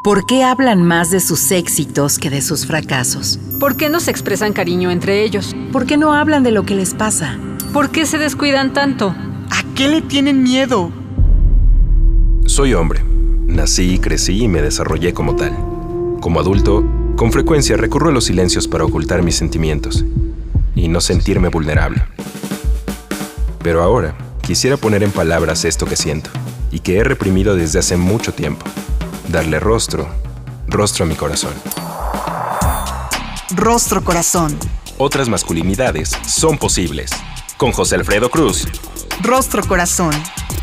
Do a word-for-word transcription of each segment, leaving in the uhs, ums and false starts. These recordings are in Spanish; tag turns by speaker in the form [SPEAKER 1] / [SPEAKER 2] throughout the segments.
[SPEAKER 1] ¿Por qué hablan más de sus éxitos que de sus fracasos?
[SPEAKER 2] ¿Por qué no se expresan cariño entre ellos?
[SPEAKER 1] ¿Por qué no hablan de lo que les pasa?
[SPEAKER 2] ¿Por qué se descuidan tanto?
[SPEAKER 3] ¿A qué le tienen miedo?
[SPEAKER 4] Soy hombre. Nací, crecí y me desarrollé como tal. Como adulto, con frecuencia recurro a los silencios para ocultar mis sentimientos y no sentirme vulnerable. Pero ahora, quisiera poner en palabras esto que siento y que he reprimido desde hace mucho tiempo. Darle rostro, rostro a mi corazón.
[SPEAKER 5] Rostro Corazón.
[SPEAKER 4] Otras masculinidades son posibles. Con José Alfredo Cruz.
[SPEAKER 5] Rostro Corazón.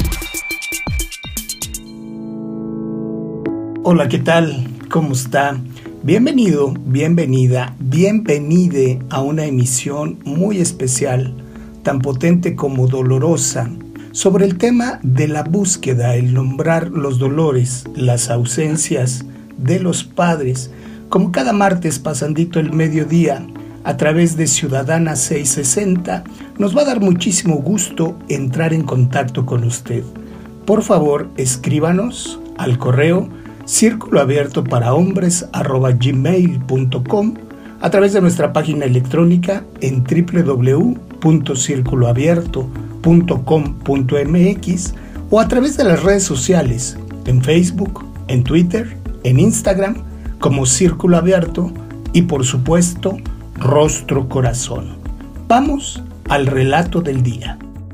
[SPEAKER 6] Hola, ¿qué tal? ¿Cómo está? Bienvenido, bienvenida, bienvenide a una emisión muy especial, tan potente como dolorosa, sobre el tema de la búsqueda, el nombrar los dolores, las ausencias de los padres, como cada martes pasandito el mediodía, a través de Ciudadana seiscientos sesenta, nos va a dar muchísimo gusto entrar en contacto con usted. Por favor, escríbanos al correo círculo abierto para hombres arroba gmail punto com, a través de nuestra página electrónica en doble u doble u doble u punto círculo abierto punto com punto m x o a través de las redes sociales, en Facebook, en Twitter, en Instagram, como Círculo Abierto y por supuesto, Rostro Corazón. Vamos al relato del día.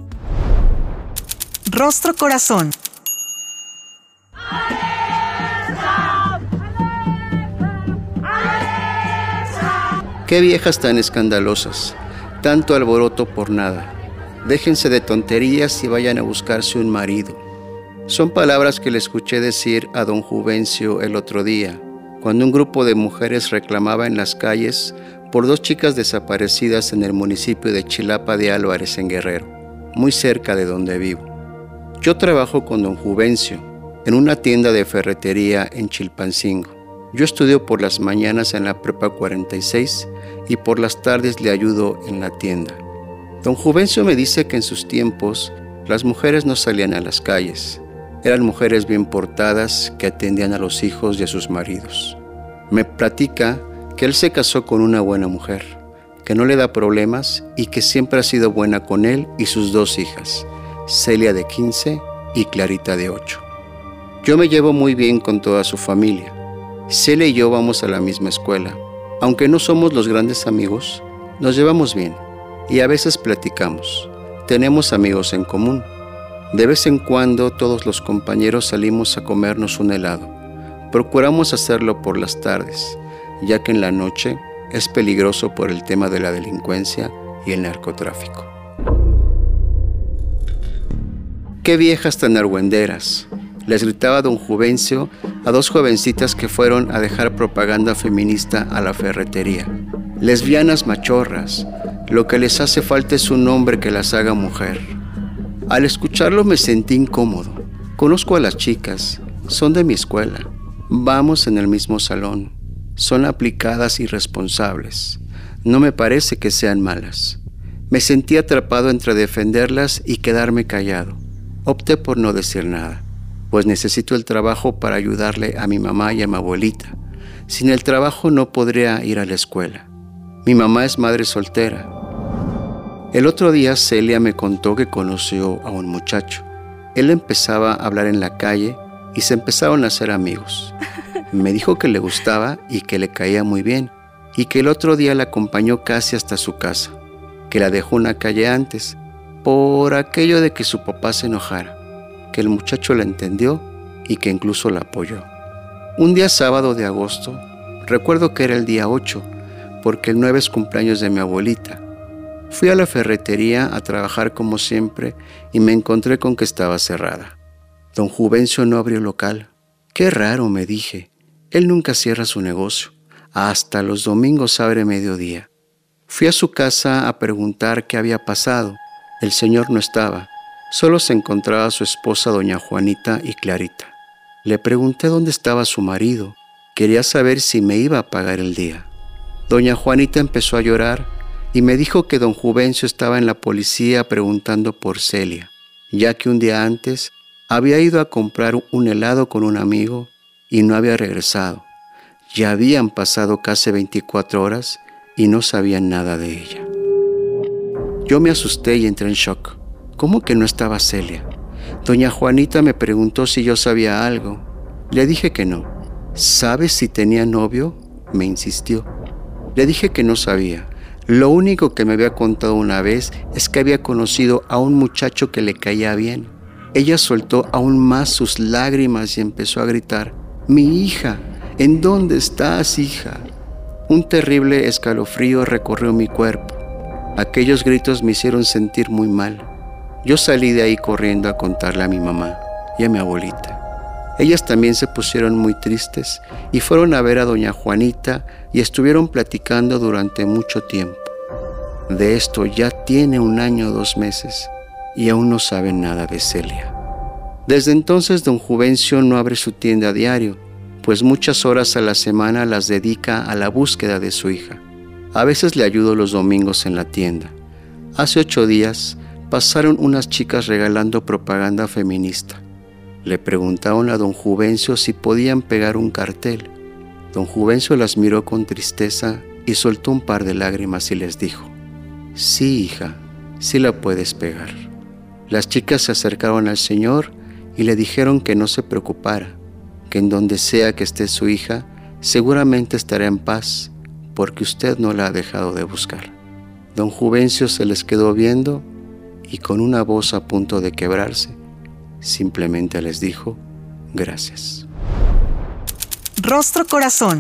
[SPEAKER 5] Rostro Corazón.
[SPEAKER 7] Qué viejas tan escandalosas, tanto alboroto por nada. Déjense de tonterías y vayan a buscarse un marido. Son palabras que le escuché decir a don Juvencio el otro día, cuando un grupo de mujeres reclamaba en las calles por dos chicas desaparecidas en el municipio de Chilapa de Álvarez, en Guerrero, muy cerca de donde vivo. Yo trabajo con don Juvencio en una tienda de ferretería en Chilpancingo. Yo estudio por las mañanas en la Prepa cuarenta y seis y por las tardes le ayudo en la tienda. Don Juvencio me dice que en sus tiempos las mujeres no salían a las calles. Eran mujeres bien portadas que atendían a los hijos y a sus maridos. Me platica que él se casó con una buena mujer, que no le da problemas y que siempre ha sido buena con él y sus dos hijas, Celia de quince y Clarita de ocho. Yo me llevo muy bien con toda su familia. Celia y yo vamos a la misma escuela. Aunque no somos los grandes amigos, nos llevamos bien y a veces platicamos. Tenemos amigos en común. De vez en cuando todos los compañeros salimos a comernos un helado. Procuramos hacerlo por las tardes, ya que en la noche es peligroso por el tema de la delincuencia y el narcotráfico. ¡Qué viejas tan argüenderas!, les gritaba don Juvencio a dos jovencitas que fueron a dejar propaganda feminista a la ferretería. Lesbianas machorras, lo que les hace falta es un hombre que las haga mujer. Al escucharlo me sentí incómodo. Conozco a las chicas, son de mi escuela, vamos en el mismo salón, son aplicadas y responsables. No me parece que sean malas. Me sentí atrapado entre defenderlas y quedarme callado. Opté por no decir nada, pues necesito el trabajo para ayudarle a mi mamá y a mi abuelita. Sin el trabajo no podría ir a la escuela. Mi mamá es madre soltera. El otro día Celia me contó que conoció a un muchacho. Él empezaba a hablar en la calle y se empezaron a hacer amigos. Me dijo que le gustaba y que le caía muy bien, y que el otro día la acompañó casi hasta su casa, que la dejó una calle antes, por aquello de que su papá se enojara, que el muchacho la entendió y que incluso la apoyó. Un día sábado de agosto, recuerdo que era el día ocho, porque el nueve es cumpleaños de mi abuelita. Fui a la ferretería a trabajar como siempre y me encontré con que estaba cerrada. Don Juvencio no abrió local. Qué raro, me dije. Él nunca cierra su negocio. Hasta los domingos abre mediodía. Fui a su casa a preguntar qué había pasado. El señor no estaba. Solo se encontraba su esposa, doña Juanita y Clarita. Le pregunté dónde estaba su marido. Quería saber si me iba a pagar el día. Doña Juanita empezó a llorar y me dijo que don Juvencio estaba en la policía preguntando por Celia, ya que un día antes había ido a comprar un helado con un amigo y no había regresado. Ya habían pasado casi veinticuatro horas y no sabían nada de ella. Yo me asusté y entré en shock. ¿Cómo que no estaba Celia? Doña Juanita me preguntó si yo sabía algo. Le dije que no. ¿Sabes si tenía novio?, me insistió. Le dije que no sabía. Lo único que me había contado una vez es que había conocido a un muchacho que le caía bien. Ella soltó aún más sus lágrimas y empezó a gritar: «Mi hija, ¿en dónde estás, hija?». Un terrible escalofrío recorrió mi cuerpo. Aquellos gritos me hicieron sentir muy mal. Yo salí de ahí corriendo a contarle a mi mamá y a mi abuelita. Ellas también se pusieron muy tristes y fueron a ver a doña Juanita y estuvieron platicando durante mucho tiempo. De esto ya tiene un año o dos meses y aún no saben nada de Celia. Desde entonces don Juvencio no abre su tienda a diario, pues muchas horas a la semana las dedica a la búsqueda de su hija. A veces le ayudo los domingos en la tienda. Hace ocho días pasaron unas chicas regalando propaganda feminista. Le preguntaron a don Juvencio si podían pegar un cartel. Don Juvencio las miró con tristeza y soltó un par de lágrimas y les dijo: «Sí, hija, sí la puedes pegar». Las chicas se acercaron al señor y le dijeron que no se preocupara, que en donde sea que esté su hija, seguramente estará en paz, porque usted no la ha dejado de buscar. Don Juvencio se les quedó viendo y con una voz a punto de quebrarse, simplemente les dijo: «Gracias».
[SPEAKER 5] Rostro Corazón.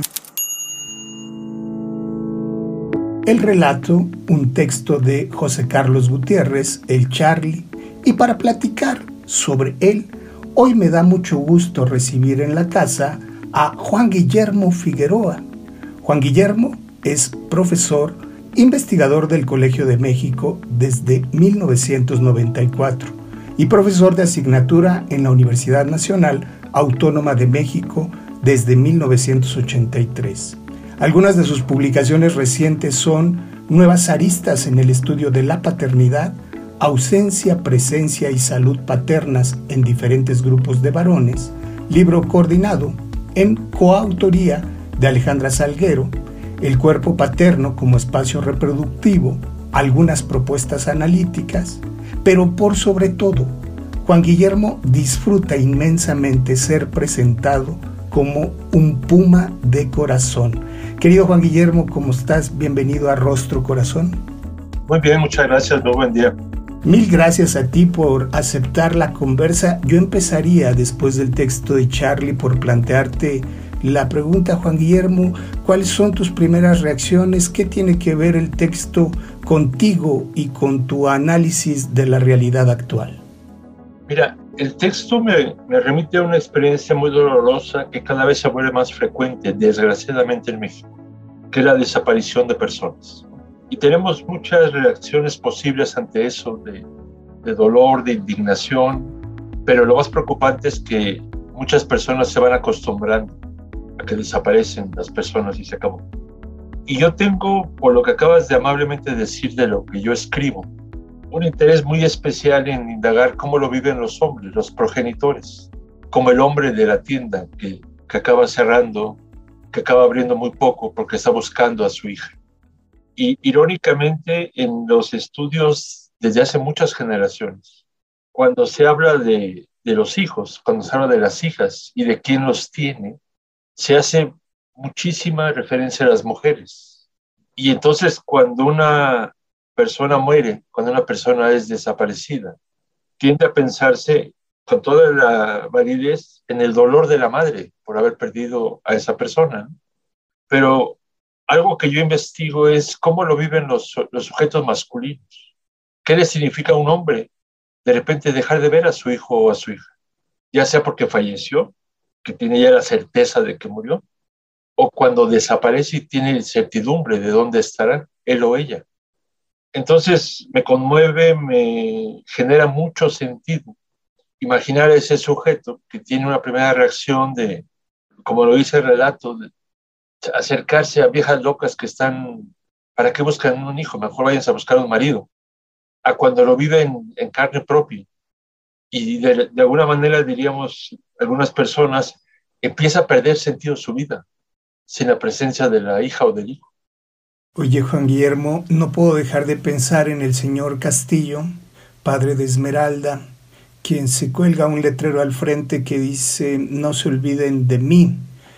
[SPEAKER 6] El relato, un texto de José Carlos Gutiérrez, el Charlie, y para platicar sobre él, hoy me da mucho gusto recibir en la casa a Juan Guillermo Figueroa. Juan Guillermo es profesor, investigador del Colegio de México desde mil novecientos noventa y cuatro y profesor de asignatura en la Universidad Nacional Autónoma de México desde mil novecientos ochenta y tres. Algunas de sus publicaciones recientes son Nuevas aristas en el estudio de la paternidad, ausencia, presencia y salud paternas en diferentes grupos de varones, libro coordinado en coautoría de Alejandra Salguero, El cuerpo paterno como espacio reproductivo, algunas propuestas analíticas, pero por sobre todo, Juan Guillermo disfruta inmensamente ser presentado como un puma de corazón. Querido Juan Guillermo, ¿cómo estás? Bienvenido a Rostro Corazón.
[SPEAKER 8] Muy bien, muchas gracias, muy buen día.
[SPEAKER 6] Mil gracias a ti por aceptar la conversa. Yo empezaría, después del texto de Charlie, por plantearte la pregunta, Juan Guillermo, ¿cuáles son tus primeras reacciones? ¿Qué tiene que ver el texto contigo y con tu análisis de la realidad actual?
[SPEAKER 8] Mira, el texto me, me remite a una experiencia muy dolorosa que cada vez se vuelve más frecuente, desgraciadamente en México, que es la desaparición de personas. Y tenemos muchas reacciones posibles ante eso, de, de dolor, de indignación, pero lo más preocupante es que muchas personas se van acostumbrando a que desaparecen las personas y se acabó. Y yo tengo, por lo que acabas de amablemente decir de lo que yo escribo, un interés muy especial en indagar cómo lo viven los hombres, los progenitores, como el hombre de la tienda que, que acaba cerrando, que acaba abriendo muy poco porque está buscando a su hija. Y irónicamente, en los estudios desde hace muchas generaciones, cuando se habla de, de los hijos, cuando se habla de las hijas y de quién los tiene, se hace muchísima referencia a las mujeres. Y entonces cuando una persona muere, cuando una persona es desaparecida, tiende a pensarse con toda la validez en el dolor de la madre por haber perdido a esa persona. Pero algo que yo investigo es cómo lo viven los, los sujetos masculinos. ¿Qué le significa a un hombre de repente dejar de ver a su hijo o a su hija? Ya sea porque falleció, que tiene ya la certeza de que murió, o cuando desaparece y tiene incertidumbre de dónde estará él o ella. Entonces me conmueve, me genera mucho sentido imaginar a ese sujeto que tiene una primera reacción de, como lo dice el relato, de acercarse a viejas locas que están, ¿para qué buscan un hijo? Mejor váyanse a buscar un marido, a cuando lo viven en carne propia. Y de, de alguna manera diríamos algunas personas, empieza a perder sentido su vida sin la presencia de la hija o del hijo.
[SPEAKER 6] Oye, Juan Guillermo, no puedo dejar de pensar en el señor Castillo, padre de Esmeralda, quien se cuelga un letrero al frente que dice "no se olviden de mí".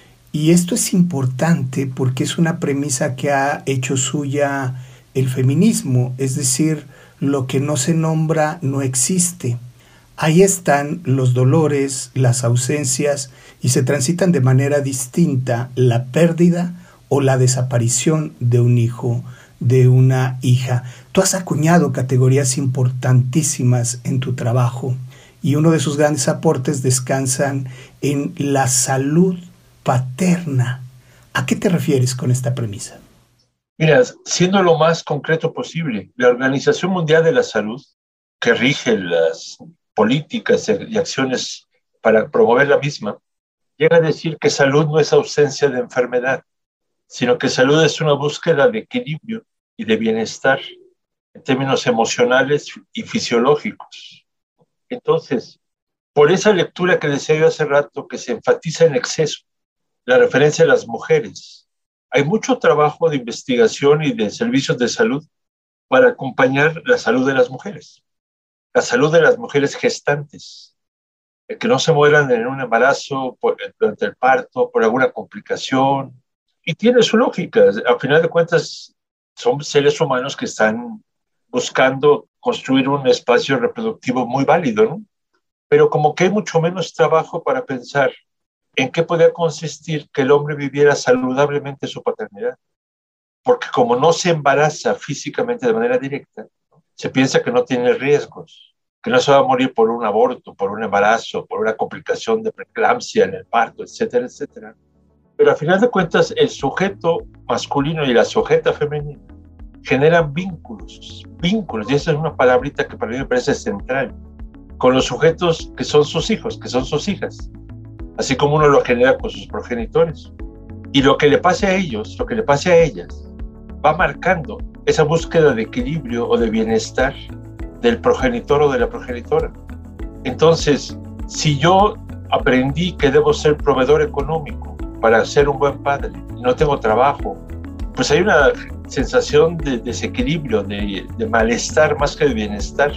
[SPEAKER 6] Y esto es importante porque es una premisa que ha hecho suya el feminismo, es decir, lo que no se nombra no existe. Ahí están los dolores, las ausencias, y se transitan de manera distinta la pérdida o la desaparición de un hijo, de una hija. Tú has acuñado categorías importantísimas en tu trabajo y uno de sus grandes aportes descansan en la salud paterna. ¿A qué te refieres con esta premisa?
[SPEAKER 8] Mira, siendo lo más concreto posible, la Organización Mundial de la Salud, que rige las políticas y acciones para promover la misma, llega a decir que salud no es ausencia de enfermedad, sino que salud es una búsqueda de equilibrio y de bienestar en términos emocionales y fisiológicos. Entonces, por esa lectura que decía yo hace rato, que se enfatiza en exceso la referencia a las mujeres, hay mucho trabajo de investigación y de servicios de salud para acompañar la salud de las mujeres, la salud de las mujeres gestantes, que no se mueran en un embarazo, por, durante el parto, por alguna complicación. Y tiene su lógica. Al final de cuentas, son seres humanos que están buscando construir un espacio reproductivo muy válido, ¿no? Pero como que hay mucho menos trabajo para pensar en qué podía consistir que el hombre viviera saludablemente su paternidad. Porque como no se embaraza físicamente de manera directa, se piensa que no tiene riesgos, que no se va a morir por un aborto, por un embarazo, por una complicación de preeclampsia en el parto, etcétera, etcétera. Pero al final de cuentas, el sujeto masculino y la sujeta femenina generan vínculos, vínculos, y esa es una palabrita que para mí me parece central, con los sujetos que son sus hijos, que son sus hijas, así como uno lo genera con sus progenitores. Y lo que le pase a ellos, lo que le pase a ellas, va marcando esa búsqueda de equilibrio o de bienestar del progenitor o de la progenitora. Entonces, si yo aprendí que debo ser proveedor económico para ser un buen padre y no tengo trabajo, pues hay una sensación de desequilibrio, de, de malestar más que de bienestar.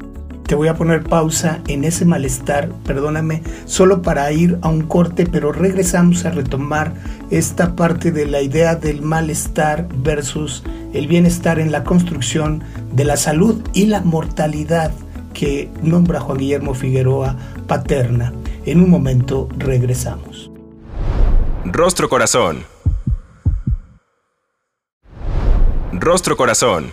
[SPEAKER 6] Te voy a poner pausa en ese malestar, perdóname, solo para ir a un corte, pero regresamos a retomar esta parte de la idea del malestar versus el bienestar en la construcción de la salud y la mortalidad que nombra Juan Guillermo Figueroa paterna. En un momento regresamos.
[SPEAKER 4] Rostro Corazón. Rostro Corazón.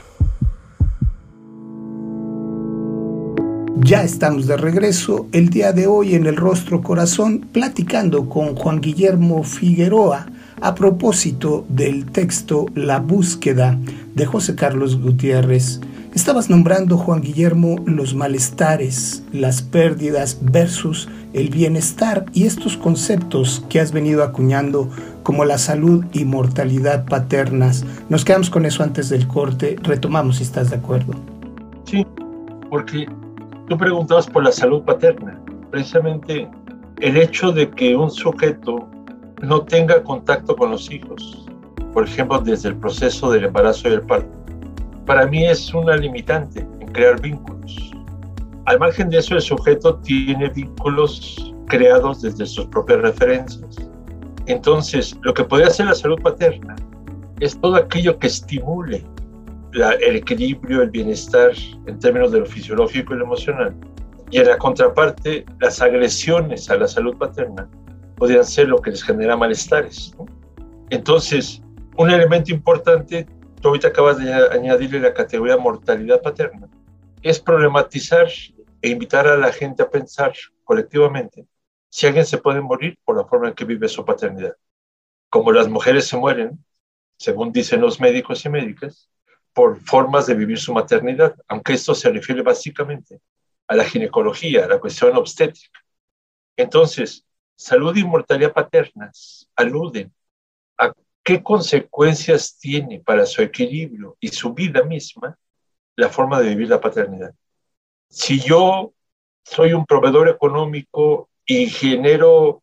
[SPEAKER 6] Ya estamos de regreso el día de hoy en el Rostro Corazón platicando con Juan Guillermo Figueroa a propósito del texto La búsqueda de José Carlos Gutiérrez. Estabas nombrando, Juan Guillermo, los malestares, las pérdidas versus el bienestar y estos conceptos que has venido acuñando como la salud y mortalidad paternas. Nos quedamos con eso antes del corte, retomamos si estás de acuerdo.
[SPEAKER 8] Sí, porque tú preguntabas por la salud paterna. Precisamente el hecho de que un sujeto no tenga contacto con los hijos, por ejemplo, desde el proceso del embarazo y el parto, para mí es una limitante en crear vínculos. Al margen de eso, el sujeto tiene vínculos creados desde sus propias referencias. Entonces, lo que puede hacer la salud paterna es todo aquello que estimule la, el equilibrio, el bienestar en términos de lo fisiológico y lo emocional. Y en la contraparte, las agresiones a la salud paterna podrían ser lo que les genera malestares, ¿no? Entonces, un elemento importante, tú ahorita acabas de añadirle la categoría mortalidad paterna, es problematizar e invitar a la gente a pensar colectivamente si alguien se puede morir por la forma en que vive su paternidad. Como las mujeres se mueren, según dicen los médicos y médicas, por formas de vivir su maternidad, aunque esto se refiere básicamente a la ginecología, a la cuestión obstétrica. Entonces, salud y mortalidad paternas aluden a qué consecuencias tiene para su equilibrio y su vida misma la forma de vivir la paternidad. Si yo soy un proveedor económico y genero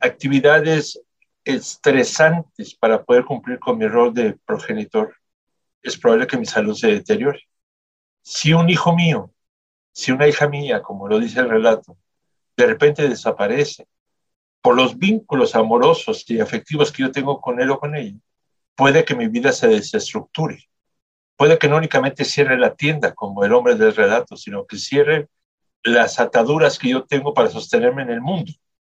[SPEAKER 8] actividades estresantes para poder cumplir con mi rol de progenitor, es probable que mi salud se deteriore. Si un hijo mío, si una hija mía, como lo dice el relato, de repente desaparece por los vínculos amorosos y afectivos que yo tengo con él o con ella, puede que mi vida se desestructure. Puede que no únicamente cierre la tienda como el hombre del relato, sino que cierre las ataduras que yo tengo para sostenerme en el mundo.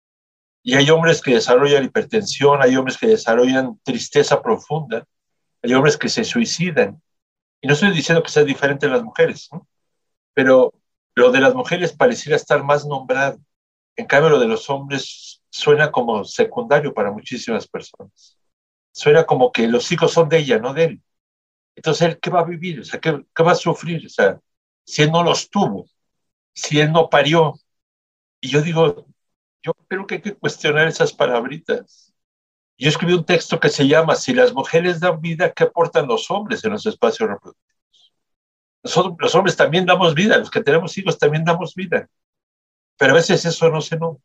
[SPEAKER 8] Y hay hombres que desarrollan hipertensión, hay hombres que desarrollan tristeza profunda, hay hombres que se suicidan. Y no estoy diciendo que sea diferente de las mujeres, ¿no? Pero lo de las mujeres pareciera estar más nombrado. En cambio, lo de los hombres suena como secundario para muchísimas personas. Suena como que los hijos son de ella, no de él. Entonces, ¿él qué va a vivir? O sea, ¿qué, qué va a sufrir? O sea, si él no los tuvo, si él no parió. Y yo digo, yo creo que hay que cuestionar esas palabritas. Yo escribí un texto que se llama Si las mujeres dan vida, ¿qué aportan los hombres en los espacios reproductivos? Nosotros, los hombres también damos vida, los que tenemos hijos también damos vida. Pero a veces eso no se nombra.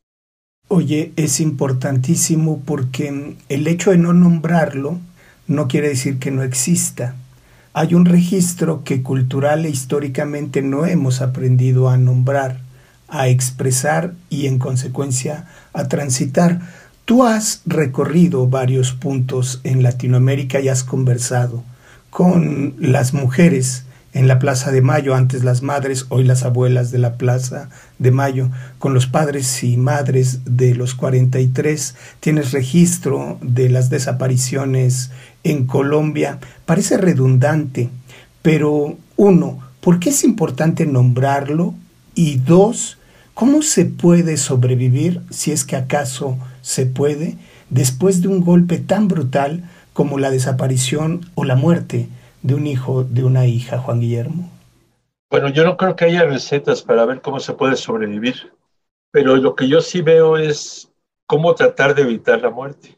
[SPEAKER 6] Oye, es importantísimo porque el hecho de no nombrarlo no quiere decir que no exista. Hay un registro que cultural e históricamente no hemos aprendido a nombrar, a expresar y en consecuencia a transitar. Tú has recorrido varios puntos en Latinoamérica y has conversado con las mujeres en la Plaza de Mayo, antes las madres, hoy las abuelas de la Plaza de Mayo, con los padres y madres de los cuarenta y tres, tienes registro de las desapariciones en Colombia. Parece redundante, pero uno, ¿por qué es importante nombrarlo? Y dos, ¿cómo se puede sobrevivir, si es que acaso se puede, después de un golpe tan brutal como la desaparición o la muerte de un hijo, de una hija, Juan Guillermo?
[SPEAKER 8] Bueno, yo no creo que haya recetas para ver cómo se puede sobrevivir, pero lo que yo sí veo es cómo tratar de evitar la muerte.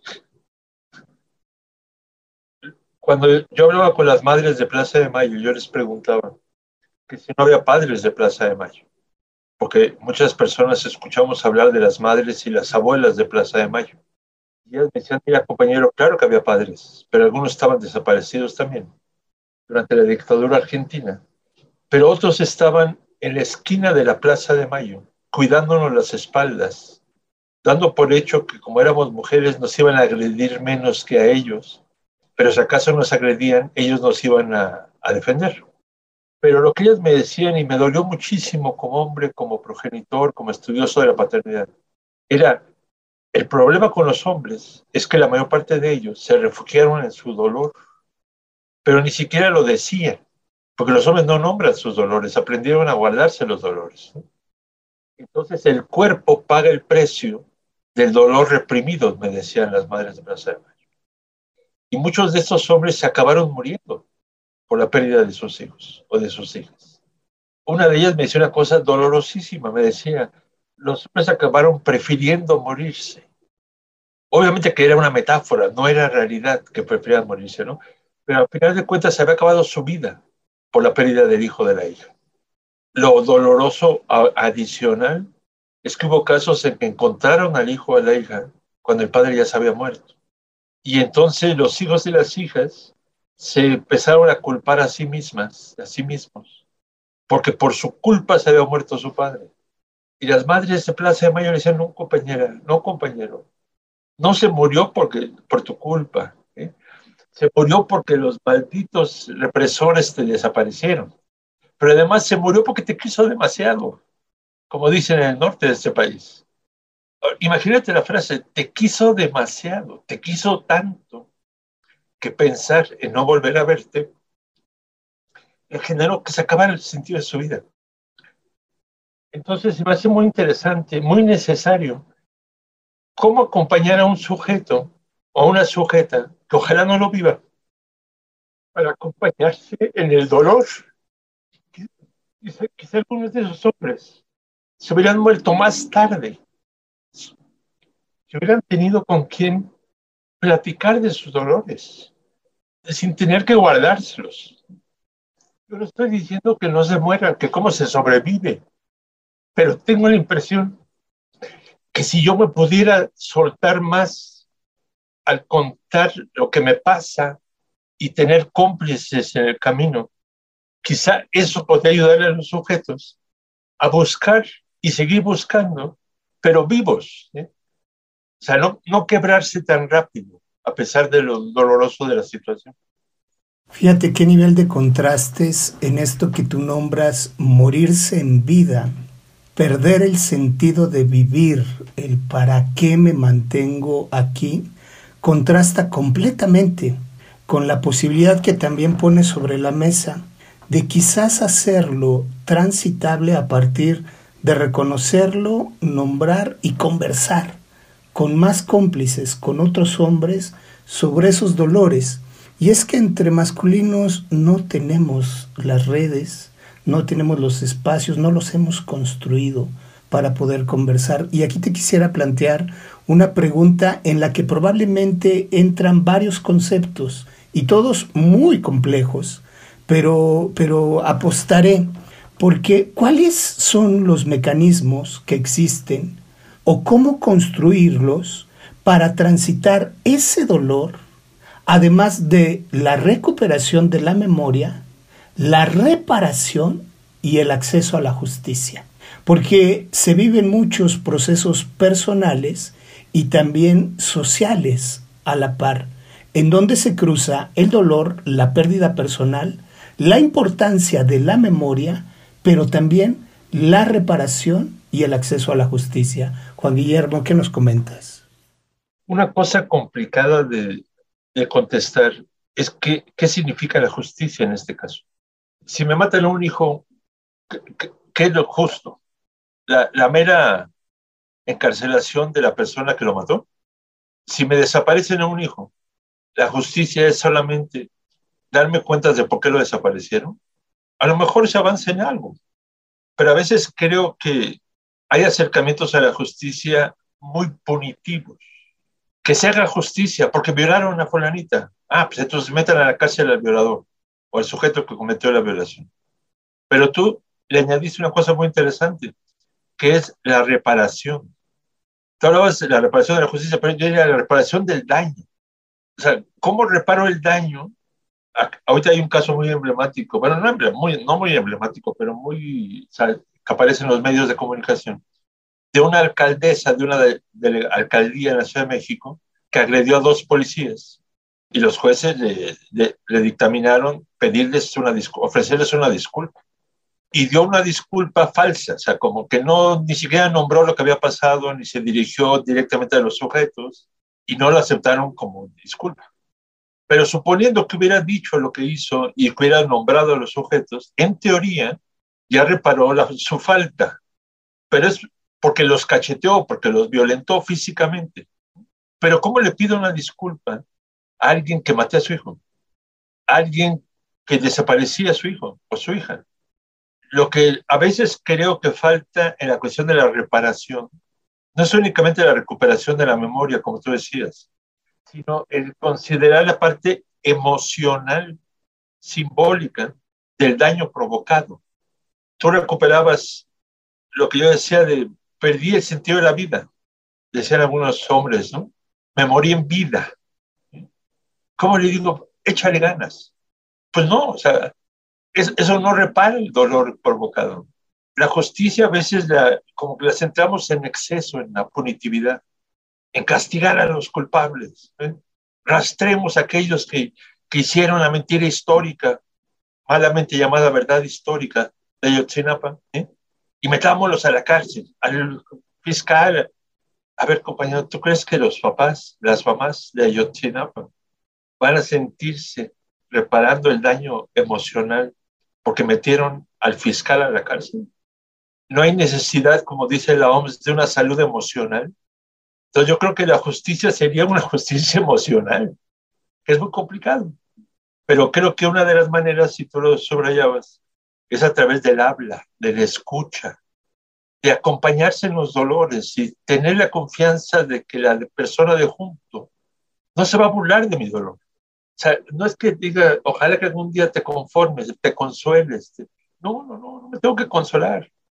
[SPEAKER 8] Cuando yo hablaba con las madres de Plaza de Mayo, yo les preguntaba que si no había padres de Plaza de Mayo, porque muchas personas escuchamos hablar de las madres y las abuelas de Plaza de Mayo. Y ellas me decían, mira, compañero, claro que había padres, pero algunos estaban desaparecidos también durante la dictadura argentina, pero otros estaban en la esquina de la Plaza de Mayo, cuidándonos las espaldas, dando por hecho que como éramos mujeres nos iban a agredir menos que a ellos, pero si acaso nos agredían, ellos nos iban a, a defender. Pero lo que ellas me decían, y me dolió muchísimo como hombre, como progenitor, como estudioso de la paternidad, era, el problema con los hombres es que la mayor parte de ellos se refugiaron en su dolor, pero ni siquiera lo decían, porque los hombres no nombran sus dolores, aprendieron a guardarse los dolores. Entonces el cuerpo paga el precio del dolor reprimido, me decían las madres de Plaza de Mayo. Y muchos de estos hombres se acabaron muriendo por la pérdida de sus hijos o de sus hijas. Una de ellas me decía una cosa dolorosísima, me decía, los hombres acabaron prefiriendo morirse. Obviamente que era una metáfora, no era realidad que preferían morirse, ¿no? Pero al final de cuentas se había acabado su vida por la pérdida del hijo de la hija. Lo doloroso adicional es que hubo casos en que encontraron al hijo o a la hija cuando el padre ya se había muerto. Y entonces los hijos y las hijas se empezaron a culpar a sí mismas, a sí mismos, porque por su culpa se había muerto su padre. Y las madres de Plaza de Mayo le decían, no, compañera, no, compañero, no se murió porque, por tu culpa, ¿eh? Se murió porque los malditos represores te desaparecieron. Pero además se murió porque te quiso demasiado, como dicen en el norte de este país. Imagínate la frase, te quiso demasiado, te quiso tanto, que pensar en no volver a verte le generó que se acabara el sentido de su vida. Entonces me hace muy interesante, muy necesario, cómo acompañar a un sujeto o a una sujeta que ojalá no lo viva, para acompañarse en el dolor. Quizá, quizá algunos de esos hombres se hubieran muerto más tarde, si hubieran tenido con quien platicar de sus dolores, sin tener que guardárselos. Yo no estoy diciendo que no se mueran, que cómo se sobrevive, pero tengo la impresión que si yo me pudiera soltar más al contar lo que me pasa y tener cómplices en el camino, quizá eso podría ayudarle a los sujetos a buscar y seguir buscando, pero vivos, ¿eh? O sea, no, no quebrarse tan rápido, a pesar de lo doloroso de la situación.
[SPEAKER 6] Fíjate qué nivel de contrastes en esto que tú nombras morirse en vida, perder el sentido de vivir, el para qué me mantengo aquí, contrasta completamente con la posibilidad que también pone sobre la mesa de quizás hacerlo transitable a partir de reconocerlo, nombrar y conversar con más cómplices, con otros hombres, sobre esos dolores. Y es que entre masculinos no tenemos las redes, no tenemos los espacios, no los hemos construido para poder conversar. Y aquí te quisiera plantear una pregunta en la que probablemente entran varios conceptos y todos muy complejos, pero, pero apostaré porque ¿cuáles son los mecanismos que existen o cómo construirlos para transitar ese dolor, además de la recuperación de la memoria, la reparación y el acceso a la justicia? Porque se viven muchos procesos personales y también sociales a la par, en donde se cruza el dolor, la pérdida personal, la importancia de la memoria, pero también la reparación y el acceso a la justicia. Juan Guillermo, ¿qué nos comentas?
[SPEAKER 8] Una cosa complicada de, de contestar es que, qué significa la justicia en este caso. Si me matan a un hijo, ¿qué, qué, qué es lo justo? La, la mera encarcelación de la persona que lo mató. Si me desaparecen a un hijo, la justicia es solamente darme cuentas de por qué lo desaparecieron. A lo mejor se avanza en algo, pero a veces creo que hay acercamientos a la justicia muy punitivos. Que se haga justicia porque violaron a fulanita. Ah, pues entonces metan a la cárcel al violador o al sujeto que cometió la violación. Pero tú le añadiste una cosa muy interesante, que es la reparación. Tú hablabas de la reparación de la justicia, pero yo diría la reparación del daño. O sea, ¿cómo reparo el daño? Ahorita hay un caso muy emblemático, bueno, no muy, no muy emblemático, pero muy, o sea, que aparece en los medios de comunicación, de una alcaldesa de una de, de alcaldía en la Ciudad de México que agredió a dos policías y los jueces le, le, le dictaminaron pedirles una ofrecerles una disculpa. Y dio una disculpa falsa, o sea, como que no, ni siquiera nombró lo que había pasado, ni se dirigió directamente a los sujetos, y no lo aceptaron como disculpa. Pero suponiendo que hubiera dicho lo que hizo y que hubiera nombrado a los sujetos, en teoría ya reparó la, su falta, pero es porque los cacheteó, porque los violentó físicamente. Pero ¿cómo le pido una disculpa a alguien que maté a su hijo? A alguien que desaparecía a su hijo o su hija. Lo que a veces creo que falta en la cuestión de la reparación no es únicamente la recuperación de la memoria, como tú decías, sino el considerar la parte emocional, simbólica del daño provocado. Tú recuperabas lo que yo decía de perdí el sentido de la vida, decían algunos hombres, ¿no? Me morí en vida. ¿Cómo le digo? Échale ganas. Pues no, o sea, es, eso no repara el dolor provocado. La justicia a veces la, como que la centramos en exceso, en la punitividad, en castigar a los culpables. ¿eh? Rastremos a aquellos que, que hicieron la mentira histórica, malamente llamada verdad histórica de Ayotzinapa, ¿eh? y metámoslos a la cárcel, al fiscal. A ver, compañero, ¿tú crees que los papás, las mamás de Ayotzinapa van a sentirse reparando el daño emocional porque metieron al fiscal a la cárcel? No hay necesidad, como dice la O M S, de una salud emocional. Entonces yo creo que la justicia sería una justicia emocional, que es muy complicado. Pero creo que una de las maneras, si tú lo subrayabas, es a través del habla, de la escucha, de acompañarse en los dolores y tener la confianza de que la persona de junto no se va a burlar de mi dolor. O sea, no es que diga, ojalá que algún día te conformes, te consueles. Te... No, no, no, no me tengo que consolar.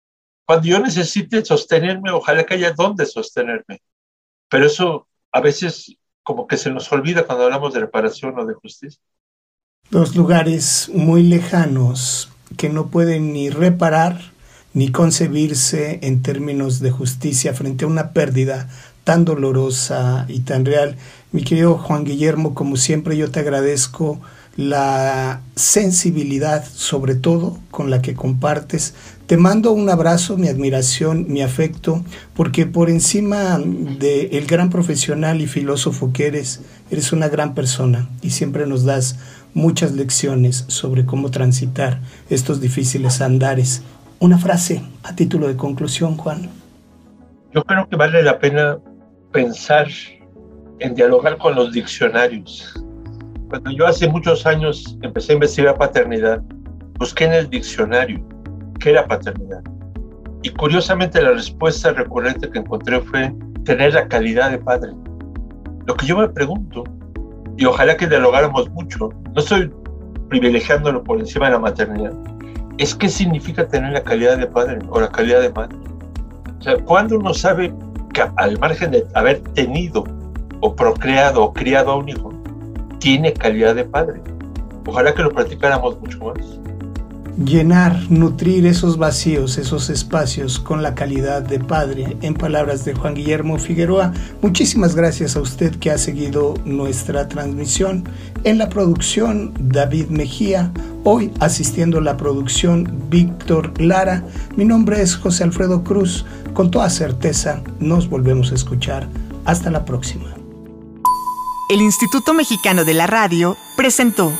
[SPEAKER 8] cuando yo necesite sostenerme, ojalá que haya dónde sostenerme. Pero eso a veces como que se nos olvida cuando hablamos de reparación o de justicia.
[SPEAKER 6] Dos lugares muy lejanos que no pueden ni reparar ni concebirse en términos de justicia frente a una pérdida tan dolorosa y tan real. Mi querido Juan Guillermo, como siempre yo te agradezco la sensibilidad, sobre todo con la que compartes. Te mando un abrazo, mi admiración, mi afecto, porque por encima del gran profesional y filósofo que eres, eres una gran persona y siempre nos das muchas lecciones sobre cómo transitar estos difíciles andares. Una frase a título de conclusión, Juan.
[SPEAKER 8] Yo creo que vale la pena pensar en dialogar con los diccionarios. Cuando yo hace muchos años empecé a investigar paternidad, busqué en el diccionario qué era paternidad. Y curiosamente la respuesta recurrente que encontré fue tener la calidad de padre. Lo que yo me pregunto, y ojalá que dialogáramos mucho, no estoy privilegiándolo por encima de la maternidad, es qué significa tener la calidad de padre o la calidad de madre. O sea, ¿cuándo uno sabe que al margen de haber tenido o procreado o criado a un hijo, tiene calidad de padre? Ojalá que lo practicáramos mucho más.
[SPEAKER 6] Llenar, nutrir esos vacíos, esos espacios con la calidad de padre, en palabras de Juan Guillermo Figueroa. Muchísimas gracias a usted que ha seguido nuestra transmisión. En la producción, David Mejía. Hoy asistiendo a la producción, Víctor Lara. Mi nombre es José Alfredo Cruz. Con toda certeza, nos volvemos a escuchar. Hasta la próxima.
[SPEAKER 5] El Instituto Mexicano de la Radio presentó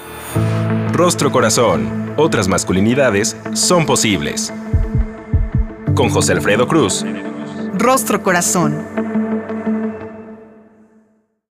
[SPEAKER 4] Rostro Corazón. Otras masculinidades son posibles. Con José Alfredo Cruz.
[SPEAKER 5] Rostro Corazón.